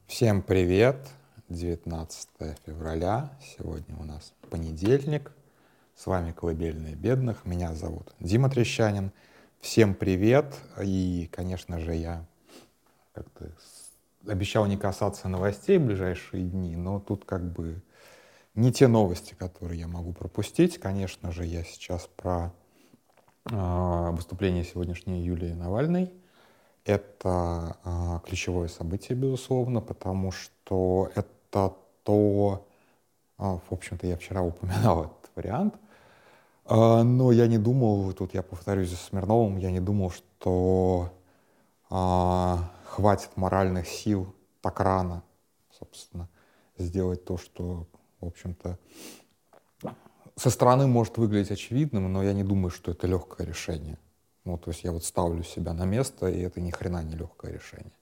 Всем привет! 19 февраля. Сегодня у нас понедельник. С вами «Колыбельные бедных». Меня зовут Дима Трещанин. Всем привет! И, конечно же, я как-то обещал не касаться новостей в ближайшие дни, но тут как бы не те новости, которые я могу пропустить. Конечно же, я сейчас про выступление сегодняшней Юлии Навальной. Это ключевое событие, безусловно, потому что это то, в общем-то, я вчера упоминал этот вариант, но я не думал, тут я повторюсь за Смирновым, я не думал, что хватит моральных сил так рано, собственно, сделать то, что, в общем-то, со стороны может выглядеть очевидным, но я не думаю, что это легкое решение. Ну, то есть я вот ставлю себя на место, и это ни хрена не легкое решение.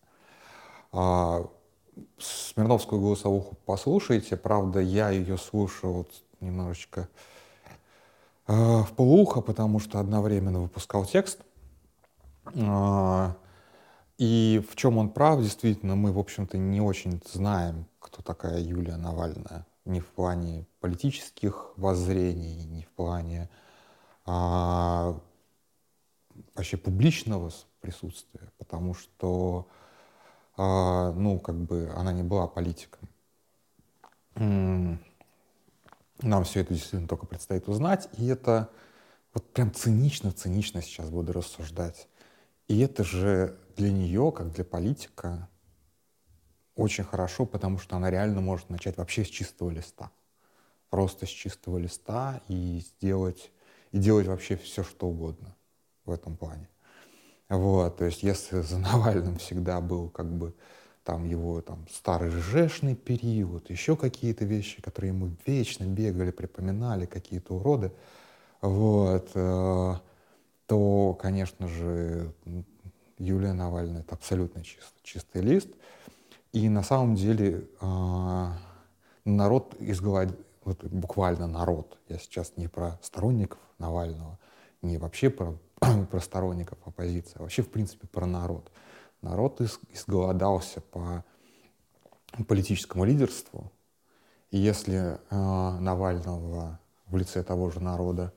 Смирновскую голосовуху послушайте, правда, я ее слушал вот немножечко в полуухо, потому что одновременно выпускал текст. И в чем он прав, действительно, мы, в общем-то, не очень знаем, кто такая Юлия Навальная. Ни в плане политических воззрений, ни в плане вообще публичного присутствия, потому что, ну, как бы она не была политиком. Нам все это действительно только предстоит узнать, и это вот прям цинично сейчас буду рассуждать. И это же для нее, как для политика, очень хорошо, потому что она реально может начать вообще с чистого листа. Просто с чистого листа и делать вообще все, что угодно в этом плане. Вот, то есть если за Навальным всегда был как бы там его там старый ЖЖшный период, еще какие-то вещи, которые ему вечно бегали, припоминали, какие-то уроды, вот, то, конечно же, Юлия Навальная — это абсолютно чистый лист. И на самом деле народ вот буквально народ, я сейчас не про сторонников Навального, не вообще про сторонников оппозиции, а вообще, в принципе, про народ. Народ изголодался по политическому лидерству, и если Навального в лице того же народа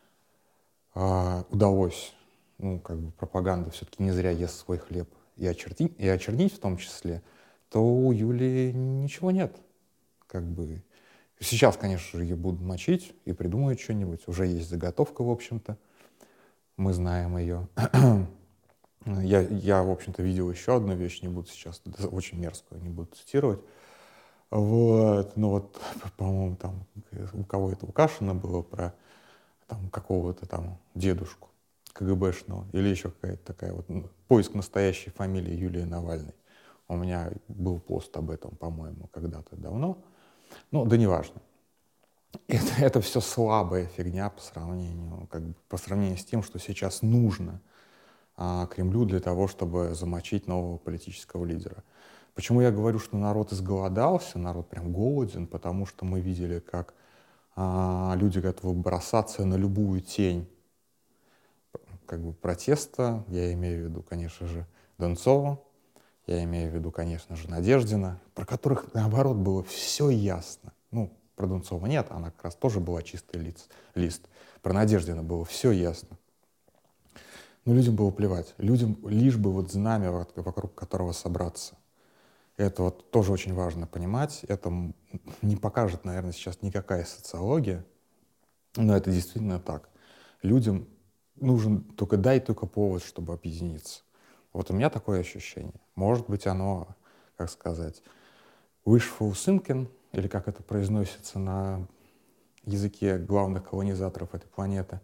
удалось, ну, как бы пропаганда все-таки не зря ест свой хлеб, и очернить в том числе, то у Юлии ничего нет. Как бы. Сейчас, конечно же, ее будут мочить и придумают что-нибудь. Уже есть заготовка, в общем-то. Мы знаем ее. Я, в общем-то, видел еще одну вещь, не буду сейчас, очень мерзкую, не буду цитировать. Вот, ну вот, по-моему, там, у кого это, у Кашина было про там какого-то там дедушку КГБшного, или еще какая-то такая вот, поиск настоящей фамилии Юлии Навальной. У меня был пост об этом, по-моему, когда-то давно. Ну, да неважно. Это все слабая фигня по сравнению с тем, что сейчас нужно Кремлю для того, чтобы замочить нового политического лидера. Почему я говорю, что народ изголодался, народ прям голоден, потому что мы видели, как люди готовы бросаться на любую тень как бы протеста. Я имею в виду, конечно же, Донцова, я имею в виду, конечно же, Надеждина, про которых, наоборот, было все ясно. Ну, про Донцова нет, она как раз тоже была чистый лист. Про Надеждина было все ясно. Но людям было плевать. Людям лишь бы вот знамя, вокруг которого собраться. Это вот тоже очень важно понимать. Это не покажет, наверное, сейчас никакая социология, но это действительно так. Людям нужен только повод, чтобы объединиться. Вот у меня такое ощущение. Может быть, оно, как сказать, wishful thinking, или как это произносится на языке главных колонизаторов этой планеты.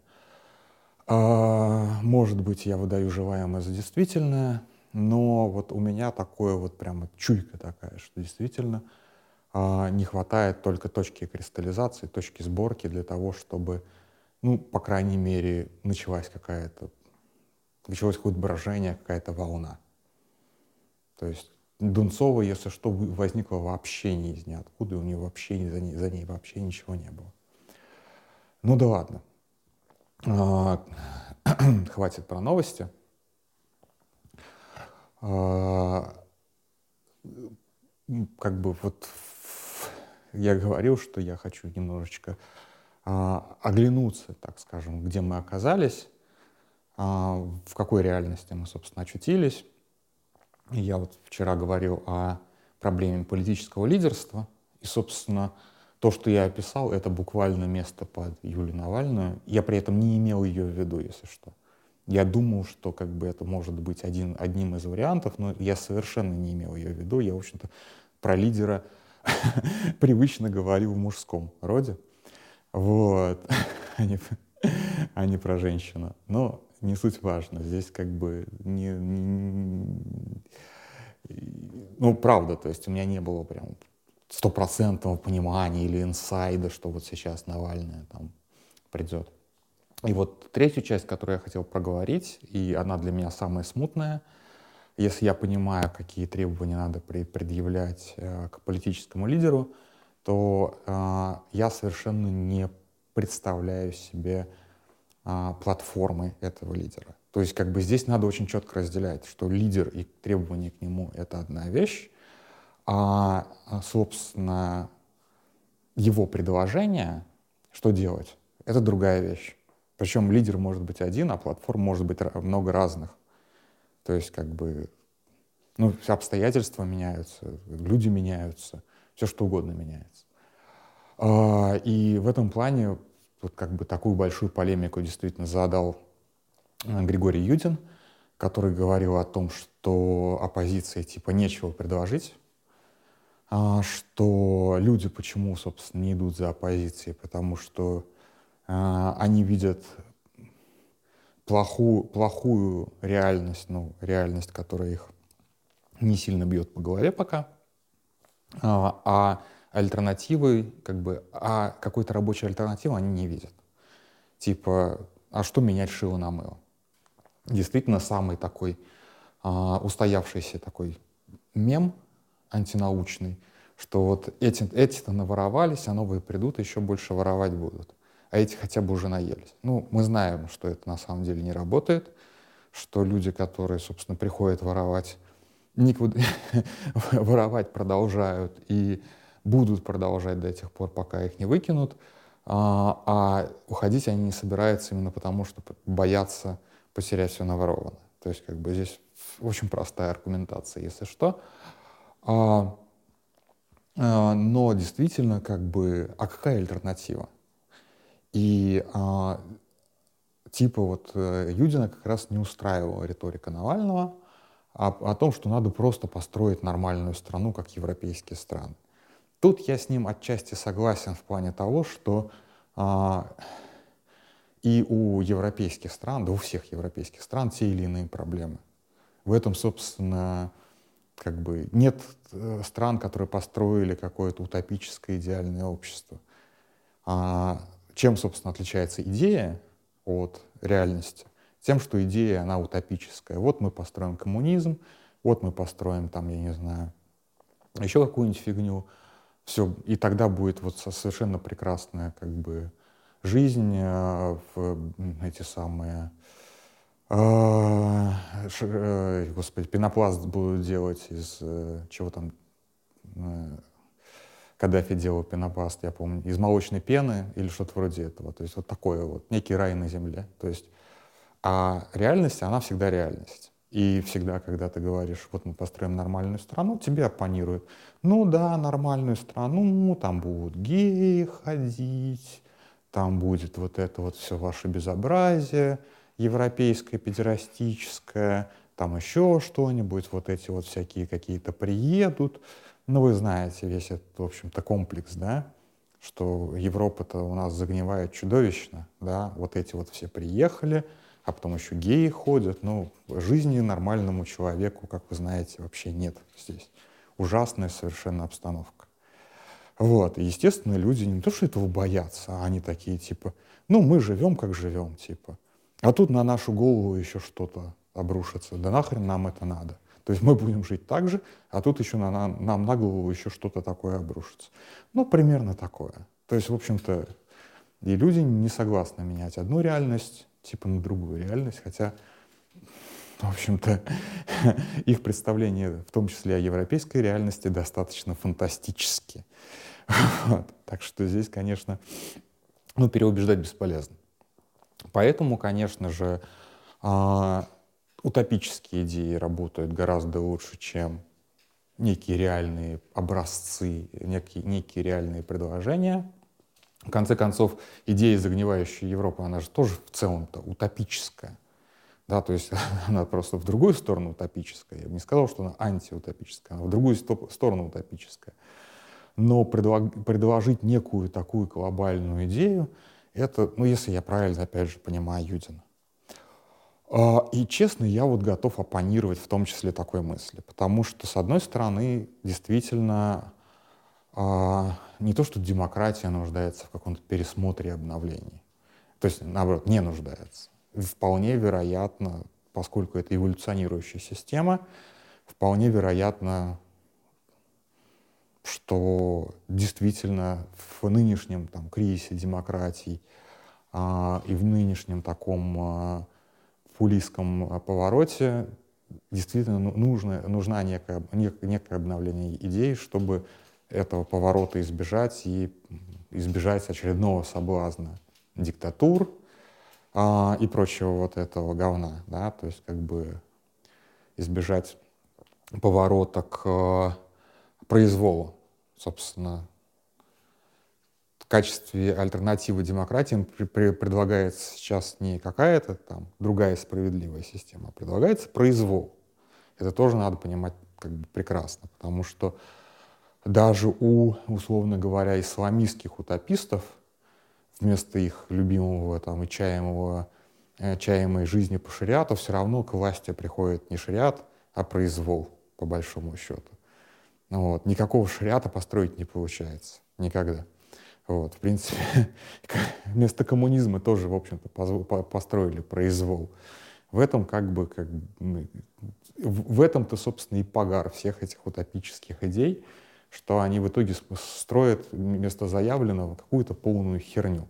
Может быть, я выдаю желаемое за действительное, но вот у меня такое вот прямо чуйка такая, что действительно не хватает только точки кристаллизации, точки сборки для того, чтобы, ну, по крайней мере, началось какое-то брожение, какая-то волна. То есть Дунцова, если что, возникла вообще не из ниоткуда, и у нее вообще за ней вообще ничего не было. Ну да ладно. Хватит про новости. как бы вот я говорил, что я хочу немножечко оглянуться, так скажем, где мы оказались, в какой реальности мы, собственно, очутились. И я вот вчера говорил о проблеме политического лидерства. И, собственно, то, что я описал, это буквально место под Юлию Навальную. Я при этом не имел ее в виду, если что. Я думал, что как бы это может быть одним из вариантов, но я совершенно не имел ее в виду. Я, в общем-то, про лидера привычно говорил в мужском роде. Вот. А не, а не про женщину. Но не суть важно. Здесь как бы ну, правда, то есть у меня не было прям стопроцентного понимания или инсайда, что вот сейчас Навальная там придет. И вот третью часть, которую я хотел проговорить, и она для меня самая смутная, если я понимаю, какие требования надо предъявлять к политическому лидеру, то я совершенно не представляю себе платформы этого лидера. То есть как бы здесь надо очень четко разделять, что лидер и требования к нему — это одна вещь, собственно, его предложение, что делать, это другая вещь. Причем лидер может быть один, а платформ может быть много разных. То есть как бы, ну, обстоятельства меняются, люди меняются, все что угодно меняется. И в этом плане вот как бы такую большую полемику действительно задал Григорий Юдин, который говорил о том, что оппозиции типа нечего предложить, что люди почему, собственно, не идут за оппозицией, потому что они видят плохую реальность, ну, реальность, которая их не сильно бьет по голове пока, а альтернативы, как бы, какой-то рабочей альтернативы они не видят. Типа, а что менять шило на мыло? Действительно, самый такой устоявшийся такой мем антинаучный, что вот эти-то наворовались, а новые придут и еще больше воровать будут. А эти хотя бы уже наелись. Ну, мы знаем, что это на самом деле не работает, что люди, которые, собственно, приходят воровать, никуда воровать продолжают и будут продолжать до тех пор, пока их не выкинут, а уходить они не собираются именно потому, что боятся потерять все наворованное. То есть как бы здесь очень простая аргументация, если что. Но действительно, как бы, а какая альтернатива? И типа вот Юдина как раз не устраивала риторика Навального о том, что надо просто построить нормальную страну, как европейские страны. Тут я с ним отчасти согласен в плане того, что и у европейских стран, да у всех европейских стран те или иные проблемы. В этом, собственно, как бы нет стран, которые построили какое-то утопическое идеальное общество. Чем, собственно, отличается идея от реальности? Тем, что идея, она утопическая. Вот мы построим коммунизм, вот мы построим там, я не знаю, еще какую-нибудь фигню. Все, и тогда будет вот совершенно прекрасная как бы жизнь в эти самые... Господи, пенопласт будут делать из чего там... Каддафи делал пенопласт, я помню, из молочной пены или что-то вроде этого. То есть вот такое вот, некий рай на земле. То есть, а реальность, она всегда реальность. И всегда, когда ты говоришь, вот мы построим нормальную страну, тебе оппонируют. Ну да, нормальную страну, там будут геи ходить, там будет вот это вот все ваше безобразие европейское, педерастическое, там еще что-нибудь, вот эти вот всякие какие-то приедут. Ну, вы знаете весь этот, в общем-то, комплекс, да, что Европа-то у нас загнивает чудовищно, да, вот эти вот все приехали, а потом еще геи ходят, ну, жизни нормальному человеку, как вы знаете, вообще нет здесь. Ужасная совершенно обстановка. Вот, и, естественно, люди не то, что этого боятся, а они такие, типа, ну, мы живем, как живем, типа. А тут на нашу голову еще что-то обрушится, да нахрен нам это надо. То есть мы будем жить так же, а тут еще нам на голову еще что-то такое обрушится. Ну, примерно такое. То есть, в общем-то, и люди не согласны менять одну реальность, типа, на другую реальность, хотя в общем-то, их представление, в том числе о европейской реальности, достаточно фантастические. Вот. Так что здесь, конечно, переубеждать бесполезно. Поэтому, конечно же, утопические идеи работают гораздо лучше, чем некие реальные образцы, некие реальные предложения. В конце концов, идея загнивающей Европы, она же тоже в целом-то утопическая. Да, то есть она просто в другую сторону утопическая. Я бы не сказал, что она антиутопическая, она в другую сторону утопическая. Но предложить некую такую глобальную идею, это, если я правильно, опять же, понимаю Юдина. И, честно, я вот готов оппонировать в том числе такой мысли. Потому что, с одной стороны, действительно, не то, что демократия нуждается в каком-то пересмотре и обновлении. То есть, наоборот, не нуждается. Вполне вероятно, поскольку это эволюционирующая система, вполне вероятно, что действительно в нынешнем кризисе демократий и в нынешнем таком популистском повороте действительно нужна некое обновление идей, чтобы этого поворота избежать и избежать очередного соблазна диктатур и прочего вот этого говна, да, то есть избежать поворота к произволу, собственно. В качестве альтернативы демократии предлагается сейчас не какая-то там другая справедливая система, а предлагается произвол. Это тоже надо понимать прекрасно, потому что даже у, условно говоря, исламистских утопистов вместо их любимого и чаемой жизни по шариату все равно к власти приходит не шариат, а произвол, по большому счету. Вот. Никакого шариата построить не получается. Никогда. Вот. В принципе, вместо коммунизма тоже, в общем-то, построили произвол. В этом в этом-то, собственно, и погар всех этих утопических идей, что они в итоге строят вместо заявленного какую-то полную херню.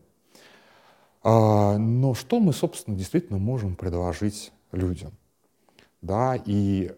Но что мы, собственно, действительно можем предложить людям? Да, и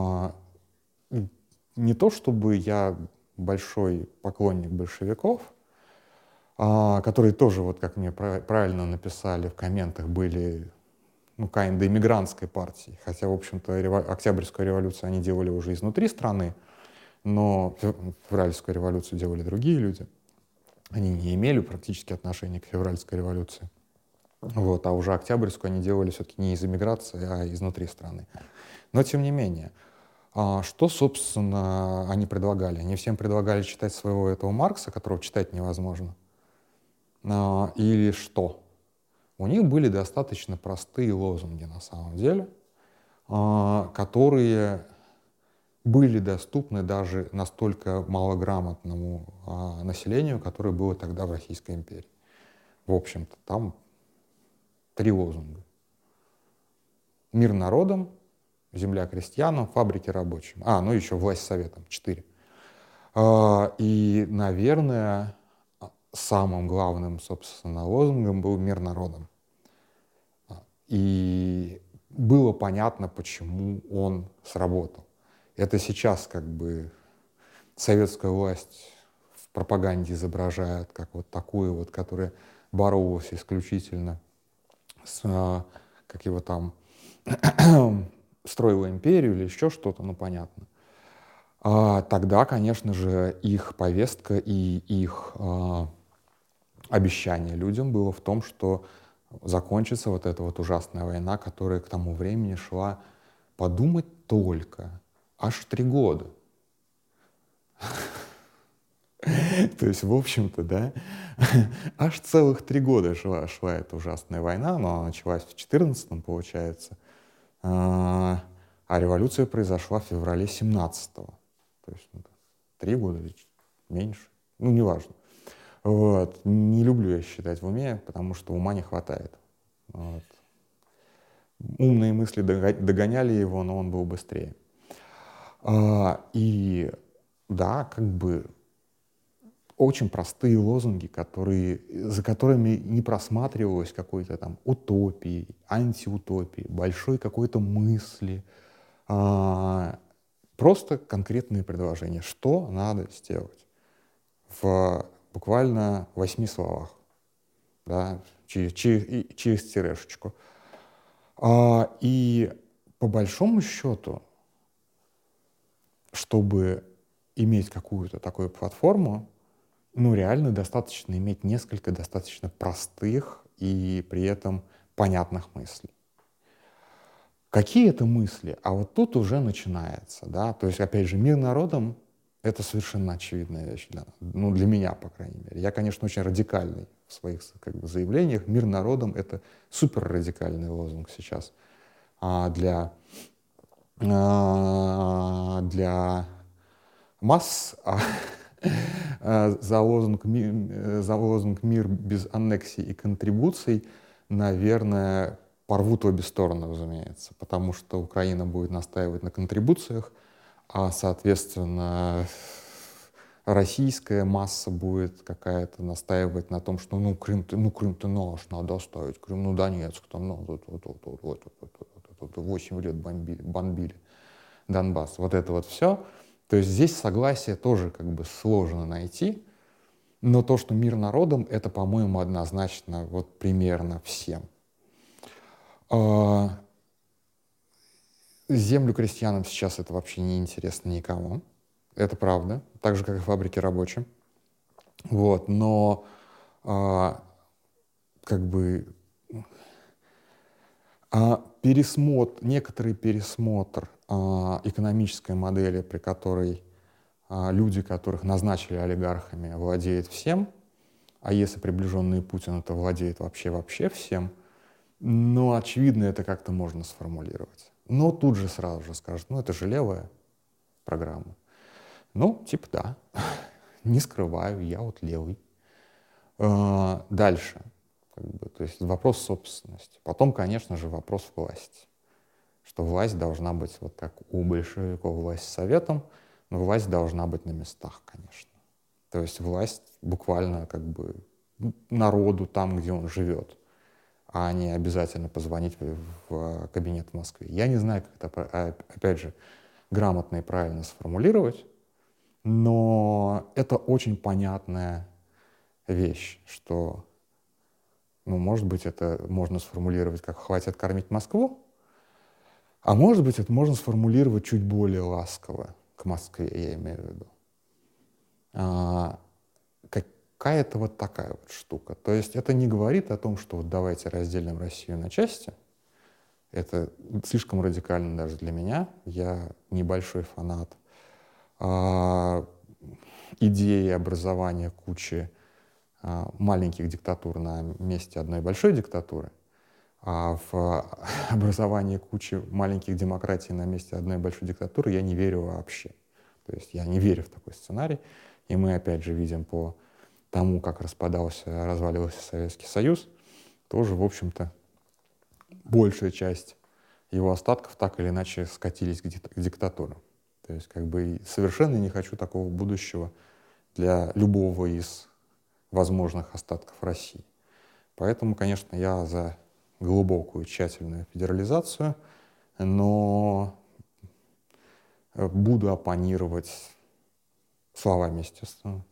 не то чтобы я большой поклонник большевиков, которые тоже, вот как мне правильно написали в комментах, были иммигрантской партией, хотя, в общем-то, Октябрьскую революцию они делали уже изнутри страны, но февральскую революцию делали другие люди. Они не имели практически отношения к февральской революции. Вот, а уже Октябрьскую они делали все-таки не из эмиграции, а изнутри страны. Но, тем не менее, что, собственно, они предлагали? Они всем предлагали читать своего этого Маркса, которого читать невозможно. Или что? У них были достаточно простые лозунги, на самом деле, которые были доступны даже настолько малограмотному населению, которое было тогда в Российской империи. В общем-то, там 3 лозунга. Мир народам, земля крестьянам, фабрики рабочим. Еще власть советам, 4. И, наверное, самым главным, собственно, лозунгом был мир народам. И было понятно, почему он сработал. Это сейчас советская власть в пропаганде изображает как вот такую вот, которая боролась исключительно с, строила империю или еще что-то, понятно. Тогда, конечно же, их повестка и их обещание людям было в том, что закончится вот эта вот ужасная война, которая к тому времени шла, подумать только, аж 3 года. То есть, в общем-то, да, аж целых 3 года шла эта ужасная война, но она началась в 14-м, получается, а революция произошла в феврале 17-го. То есть 3 года, меньше, неважно. Вот. Не люблю я считать в уме, потому что ума не хватает. Вот. Умные мысли догоняли его, но он был быстрее. И да, очень простые лозунги, за которыми не просматривалось какой-то там утопии, антиутопии, большой какой-то мысли. Просто конкретные предложения, что надо сделать в буквально 8 словах, да, через тирешечку. И по большому счету, чтобы иметь какую-то такую платформу, реально достаточно иметь несколько достаточно простых и при этом понятных мыслей. Какие это мысли? А вот тут уже начинается, да, то есть, опять же, мир народам — это совершенно очевидная вещь для меня, по крайней мере. Я, конечно, очень радикальный в своих заявлениях. Мир народам — это супер радикальный лозунг сейчас для масс, за лозунг «Мир без аннексий и контрибуций», наверное, порвут обе стороны, разумеется, потому что Украина будет настаивать на контрибуциях, а, соответственно, российская масса будет какая-то настаивать на том, что Крым-то наш, надо оставить, Крым, Донецк, там, 8 лет бомбили Донбасс. Вот это вот все. То есть здесь согласие тоже как бы сложно найти, но то, что мир народам, это, по-моему, однозначно вот примерно всем. Землю крестьянам сейчас это вообще не интересно никому. Это правда. Так же, как и фабрики рабочим. Вот. Но как бы некоторый пересмотр экономической модели, при которой люди, которых назначили олигархами, владеют всем, а если приближенные Путина, то владеют вообще всем, но, очевидно, это как-то можно сформулировать. Но тут же сразу же скажут, это же левая программа. Типа да, не скрываю, я вот левый. Дальше. То есть вопрос собственности. Потом, конечно же, вопрос власти. Что власть должна быть, вот как у большевиков власть советом, но власть должна быть на местах, конечно. То есть власть буквально как бы народу там, где он живет, а не обязательно позвонить в кабинет в Москве. Я не знаю, как это, опять же, грамотно и правильно сформулировать, но это очень понятная вещь, что, может быть, это можно сформулировать как «хватит кормить Москву», а может быть, это можно сформулировать чуть более ласково к Москве, я имею в виду. Какая-то вот такая вот штука. То есть это не говорит о том, что вот давайте разделим Россию на части. Это слишком радикально даже для меня. Я небольшой фанат идеи образования кучи маленьких диктатур на месте одной большой диктатуры, а в образовании кучи маленьких демократий на месте одной большой диктатуры я не верю вообще. То есть я не верю в такой сценарий. И мы опять же видим по тому, как разваливался Советский Союз, тоже, в общем-то, большая часть его остатков так или иначе скатились к диктатурам. То есть как бы совершенно не хочу такого будущего для любого из возможных остатков России. Поэтому, конечно, я за глубокую, тщательную федерализацию, но буду оппонировать словами, естественно.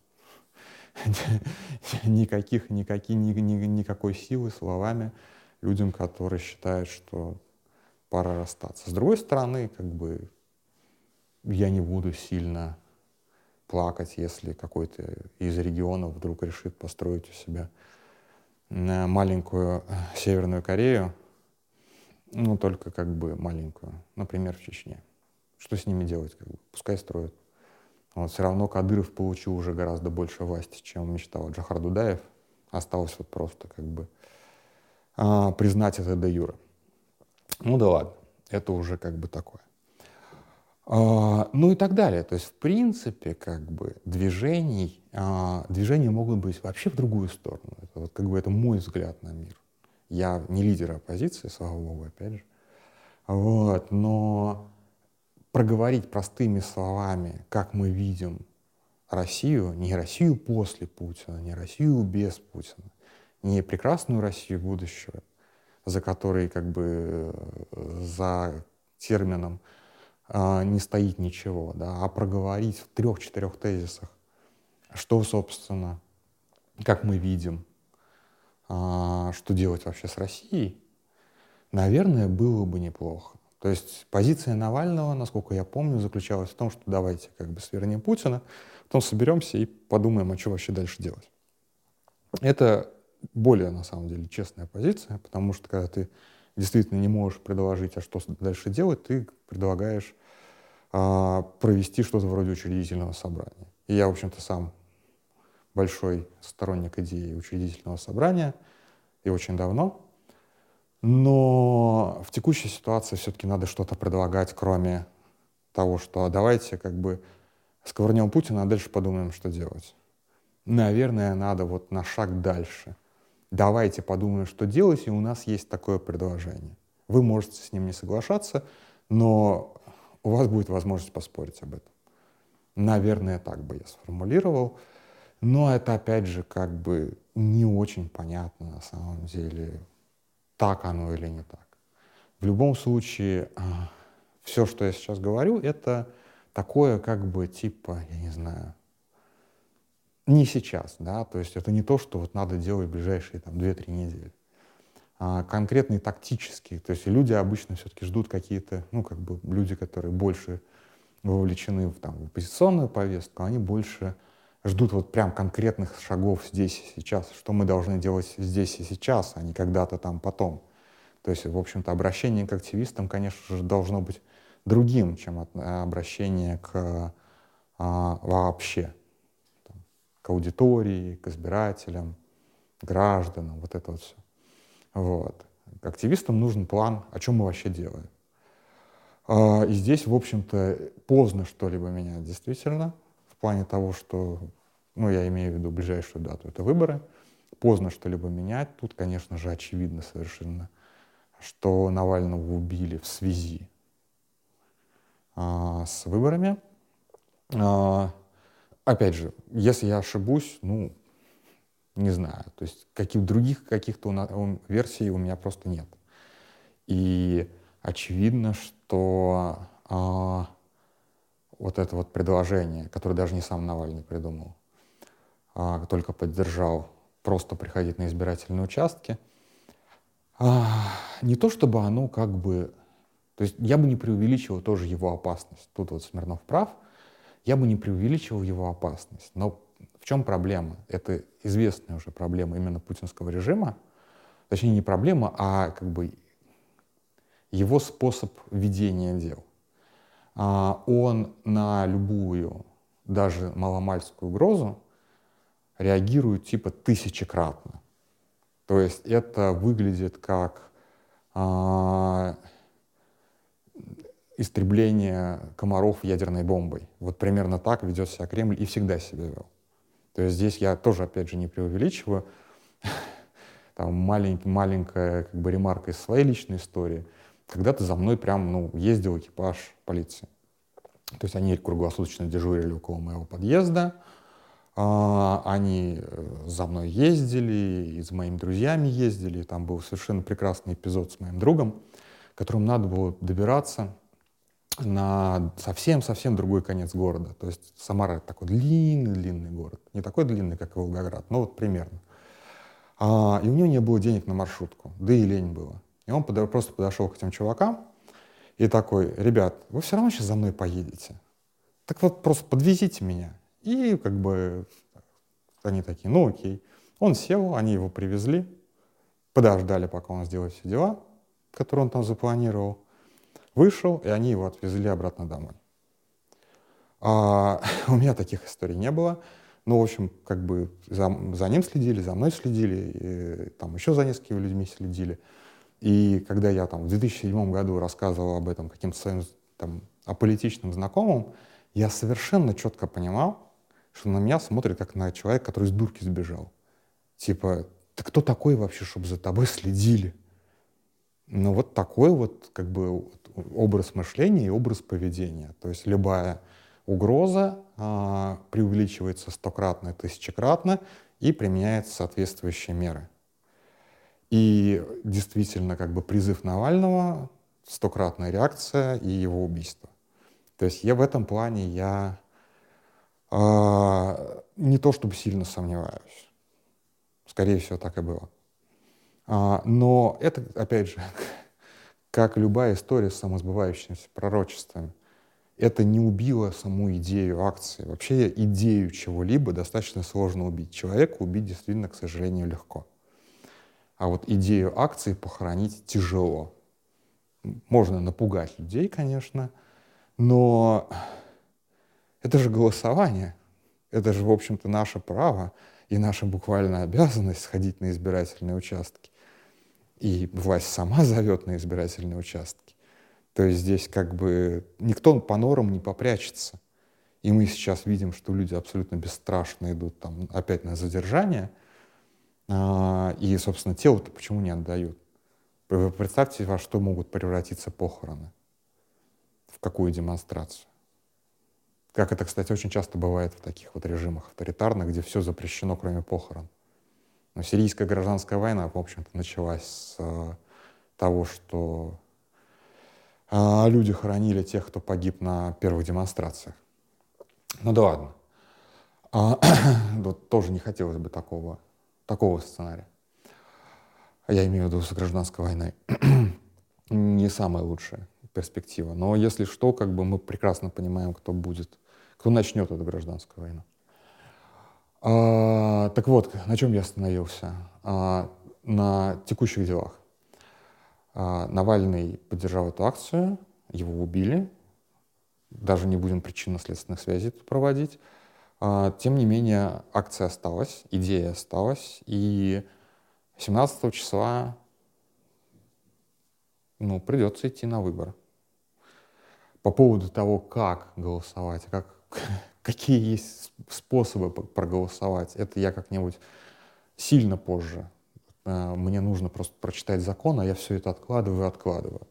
Никакой силы словами людям, которые считают, что пора расстаться. С другой стороны, как бы я не буду сильно плакать, если какой-то из регионов вдруг решит построить у себя маленькую Северную Корею, только как бы маленькую, например, в Чечне. Что с ними делать? Пускай строят. Все равно Кадыров получил уже гораздо больше власти, чем мечтал Джохар Дудаев. Осталось вот просто как бы признать это де юре. Да ладно, это уже как бы такое. И так далее. То есть, в принципе, как бы движения могут быть вообще в другую сторону. Это вот как бы это мой взгляд на мир. Я не лидер оппозиции, слава богу, опять же. Но проговорить простыми словами, как мы видим Россию, не Россию после Путина, не Россию без Путина, не прекрасную Россию будущего, за которой как бы за термином не стоит ничего, да, а проговорить в 3-4 тезисах, что, собственно, как мы видим, что делать вообще с Россией, наверное, было бы неплохо. То есть позиция Навального, насколько я помню, заключалась в том, что давайте как бы свернем Путина, потом соберемся и подумаем, а что вообще дальше делать. Это более, на самом деле, честная позиция, потому что когда ты действительно не можешь предложить, а что дальше делать, ты предлагаешь провести что-то вроде учредительного собрания. И я, в общем-то, сам большой сторонник идеи учредительного собрания, и очень давно. Но в текущей ситуации все-таки надо что-то предлагать, кроме того, что давайте как бы сковырнем Путина, а дальше подумаем, что делать. Наверное, надо вот на шаг дальше. Давайте подумаем, что делать, и у нас есть такое предложение. Вы можете с ним не соглашаться, но у вас будет возможность поспорить об этом. Наверное, так бы я сформулировал. Но это, опять же, как бы не очень понятно на самом деле, так оно или не так. В любом случае, все, что я сейчас говорю, это такое как бы типа, я не знаю, не сейчас, да, то есть это не то, что вот надо делать в ближайшие там 2-3 недели. Конкретные тактические, то есть люди обычно все-таки ждут какие-то, ну, как бы люди, которые больше вовлечены в там, оппозиционную повестку, они больше ждут вот прям конкретных шагов здесь и сейчас, что мы должны делать здесь и сейчас, а не когда-то там потом. То есть, в общем-то, обращение к активистам, конечно же, должно быть другим, чем обращение к вообще, там, к аудитории, к избирателям, гражданам, вот это вот все. Вот. К активистам нужен план, о чем мы вообще делаем. И здесь, в общем-то, поздно что-либо менять действительно, в плане того, что, ну, я имею в виду ближайшую дату, это выборы. Поздно что-либо менять. Тут, конечно же, очевидно совершенно, что Навального убили в связи с выборами. Опять же, если я ошибусь, ну, не знаю. То есть других каких-то версий у меня просто нет. И очевидно, что вот это вот предложение, которое даже не сам Навальный придумал, только поддержал просто приходить на избирательные участки, не то чтобы оно как бы... То есть я бы не преувеличивал тоже его опасность. Тут вот Смирнов прав. Я бы не преувеличивал его опасность. Но в чем проблема? Это известная уже проблема именно путинского режима. Точнее, не проблема, а как бы его способ ведения дел. Он на любую, даже маломальскую угрозу реагирует типа тысячекратно. То есть это выглядит как истребление комаров ядерной бомбой. Вот примерно так ведет себя Кремль и всегда себя вел. То есть здесь я тоже, опять же, не преувеличиваю. Там маленькая как бы ремарка из своей личной истории. Когда-то за мной прям ездил экипаж полиции. То есть они круглосуточно дежурили около моего подъезда. Они за мной ездили, и с моими друзьями ездили. Там был совершенно прекрасный эпизод с моим другом, которому надо было добираться на совсем-совсем другой конец города. То есть Самара — это такой длинный-длинный город. Не такой длинный, как Волгоград, но вот примерно. И у него не было денег на маршрутку, да и лень было. И он просто подошел к этим чувакам и такой: ребят, вы все равно сейчас за мной поедете. Так вот просто подвезите меня. И как бы они такие: ну окей. Он сел, они его привезли, подождали, пока он сделает все дела, которые он там запланировал. Вышел, и они его отвезли обратно домой. У меня таких историй не было. Ну, в общем, как бы за ним следили, за мной следили, и там еще за несколькими людьми следили. И когда я там в 2007 году рассказывал об этом каким-то своим там аполитичным знакомым, я совершенно четко понимал, что на меня смотрят как на человека, который из дурки сбежал. Типа, ты кто такой вообще, чтобы за тобой следили? Ну, вот такой вот как бы образ мышления и образ поведения. То есть любая угроза преувеличивается стократно, тысячекратно и применяются соответствующие меры. И действительно, как бы призыв Навального, стократная реакция и его убийство. То есть я в этом плане не то чтобы сильно сомневаюсь. Скорее всего, так и было. Но это, опять же, как любая история с самосбывающимися пророчествами, это не убило саму идею акции. Вообще идею чего-либо достаточно сложно убить. Человека убить действительно, к сожалению, легко. А вот идею акции похоронить тяжело. Можно напугать людей, конечно, но это же голосование. Это же, в общем-то, наше право и наша буквально обязанность сходить на избирательные участки. И власть сама зовет на избирательные участки. То есть здесь как бы никто по норам не попрячется. И мы сейчас видим, что люди абсолютно бесстрашно идут там опять на задержание. И, собственно, тело-то почему не отдают? Вы представьте, во что могут превратиться похороны. В какую демонстрацию. Как это, кстати, очень часто бывает в таких вот режимах авторитарных, где все запрещено, кроме похорон. Но сирийская гражданская война, в общем-то, началась с того, что люди хоронили тех, кто погиб на первых демонстрациях. Ну да ладно. Вот тоже не хотелось бы такого сценария. Я имею в виду с гражданской войной. Не самая лучшая перспектива. Но если что, как бы мы прекрасно понимаем, кто начнет эту гражданскую войну. Так вот, на чем я остановился? На текущих делах. Навальный поддержал эту акцию, его убили. Даже не будем причинно-следственных связей тут проводить. Тем не менее, акция осталась, идея осталась. И 17 числа придется идти на выборы. По поводу того, как голосовать, какие есть способы проголосовать, это я как-нибудь сильно позже. Мне нужно просто прочитать закон, а я все это откладываю.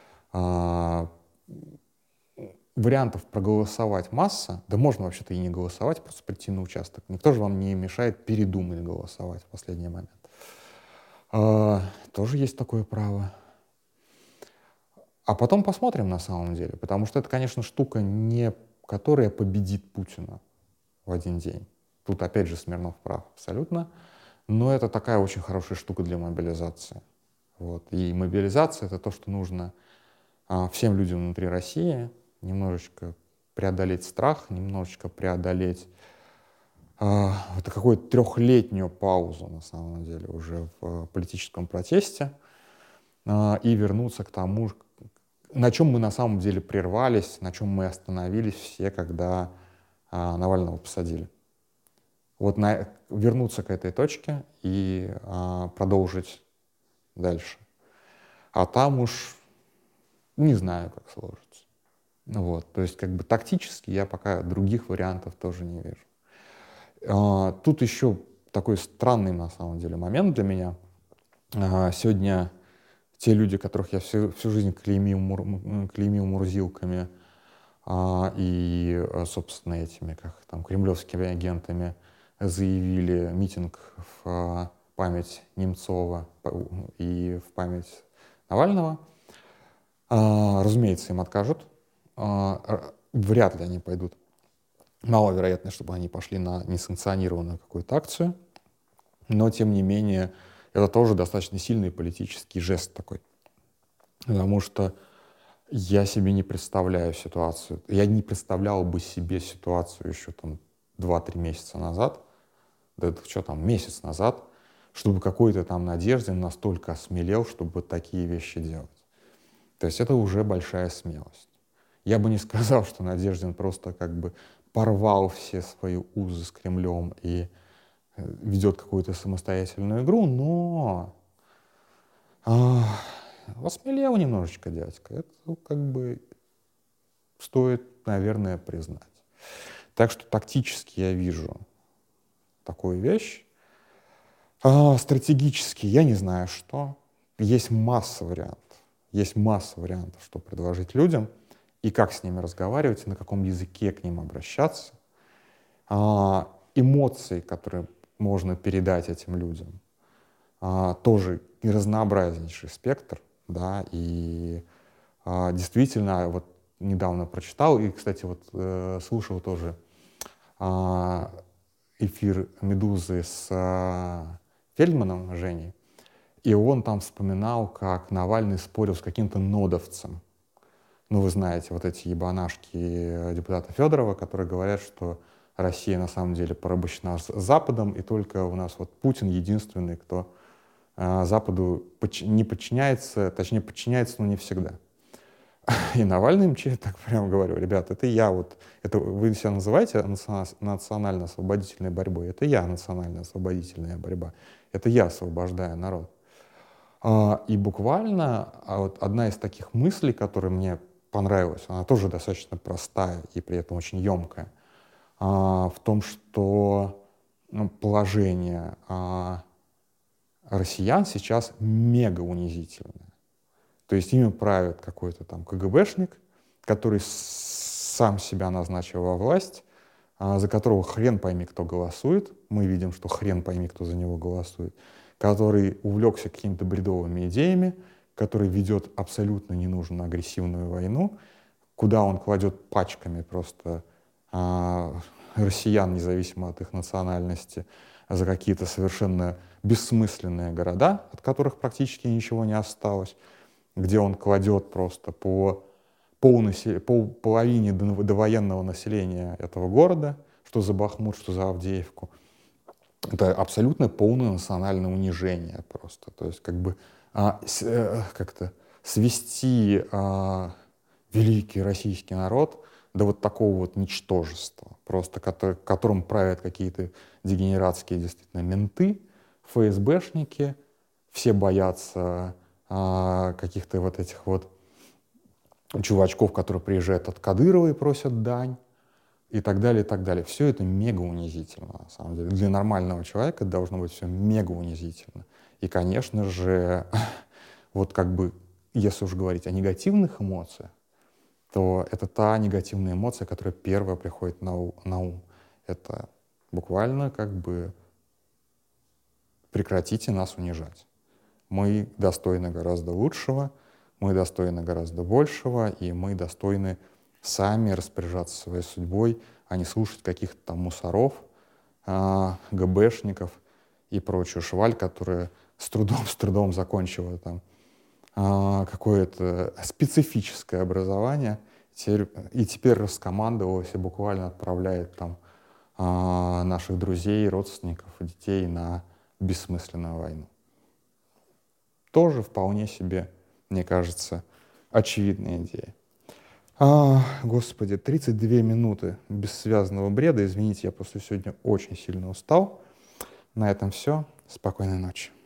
Вариантов проголосовать масса, да можно вообще-то и не голосовать, просто прийти на участок. Никто же вам не мешает передумать голосовать в последний момент. Тоже есть такое право. А потом посмотрим на самом деле, потому что это, конечно, штука, не которая победит Путина в один день. Тут опять же Смирнов прав абсолютно. Но это такая очень хорошая штука для мобилизации. Вот. И мобилизация — это то, что нужно всем людям внутри России немножечко преодолеть страх, немножечко преодолеть какую-то трехлетнюю паузу, на самом деле, уже в политическом протесте, и вернуться к тому, на чем мы на самом деле прервались, на чем мы остановились все, когда Навального посадили. Вот вернуться к этой точке и продолжить дальше. А там уж не знаю, как сложится. Вот. То есть как бы тактически я пока других вариантов тоже не вижу. Тут еще такой странный на самом деле момент для меня. Сегодня те люди, которых я всю жизнь клеймил мурзилками и, собственно, этими, как там, кремлевскими агентами, заявили митинг в память Немцова и в память Навального. Разумеется, им откажут. Вряд ли они пойдут. Маловероятно, чтобы они пошли на несанкционированную какую-то акцию. Но, тем не менее, это тоже достаточно сильный политический жест такой. Потому что я себе не представляю ситуацию. Я не представлял бы себе ситуацию еще там 2-3 месяца назад, да это что там, месяц назад, чтобы какой-то там Надеждин настолько осмелел, чтобы такие вещи делать. То есть это уже большая смелость. Я бы не сказал, что Надеждин просто как бы порвал все свои узы с Кремлем и ведет какую-то самостоятельную игру, но осмелел немножечко дядька. Это как бы стоит, наверное, признать. Так что тактически я вижу такую вещь. Стратегически я не знаю, что. Есть масса вариантов. Есть масса вариантов, что предложить людям. и как с ними разговаривать, и на каком языке к ним обращаться, эмоции, которые можно передать этим людям, тоже и разнообразнейший спектр, да, и действительно, вот недавно прочитал, и, кстати, вот слушал тоже эфир «Медузы» с Фельдманом Женей, и он там вспоминал, как Навальный спорил с каким-то нодовцем. Ну, вы знаете, вот эти ебанашки депутата Федорова, которые говорят, что Россия на самом деле порабощена Западом, и только у нас вот Путин единственный, кто Западу не подчиняется, точнее, подчиняется, но не всегда. И Навальный им так прямо говорю: ребят, это я вот, это вы себя называете национально-освободительной борьбой, это я национально-освободительная борьба, это я освобождаю народ. И буквально вот одна из таких мыслей, которая мне понравилась, она тоже достаточно простая и при этом очень емкая, в том, что положение россиян сейчас мега унизительное. То есть ими правит какой-то там КГБшник, который сам себя назначил во власть, за которого хрен пойми, кто голосует. Мы видим, что хрен пойми, кто за него голосует. Который увлекся какими-то бредовыми идеями, который ведет абсолютно ненужную агрессивную войну, куда он кладет пачками просто россиян, независимо от их национальности, за какие-то совершенно бессмысленные города, от которых практически ничего не осталось, где он кладет просто по половине довоенного населения этого города, что за Бахмут, что за Авдеевку. Это абсолютно полное национальное унижение просто. То есть как бы как-то свести великий российский народ до вот такого вот ничтожества, просто которым правят какие-то дегенератские действительно менты, ФСБшники, все боятся каких-то вот этих вот чувачков, которые приезжают от Кадырова и просят дань, и так далее, и так далее. Все это мега унизительно, на самом деле. Для нормального человека это должно быть все мега унизительно. И, конечно же, вот как бы, если уж говорить о негативных эмоциях, то это та негативная эмоция, которая первая приходит на ум. Это буквально как бы прекратите нас унижать. Мы достойны гораздо лучшего, мы достойны гораздо большего, и мы достойны сами распоряжаться своей судьбой, а не слушать каких-то там мусоров, ГБшников и прочую шваль, которая с трудом закончила там какое-то специфическое образование, и теперь раскомандовалась и буквально отправляет там наших друзей, родственников и детей на бессмысленную войну. Тоже вполне себе, мне кажется, очевидная идея. Господи, 32 минуты бессвязного бреда. Извините, я просто сегодня очень сильно устал. На этом все. Спокойной ночи.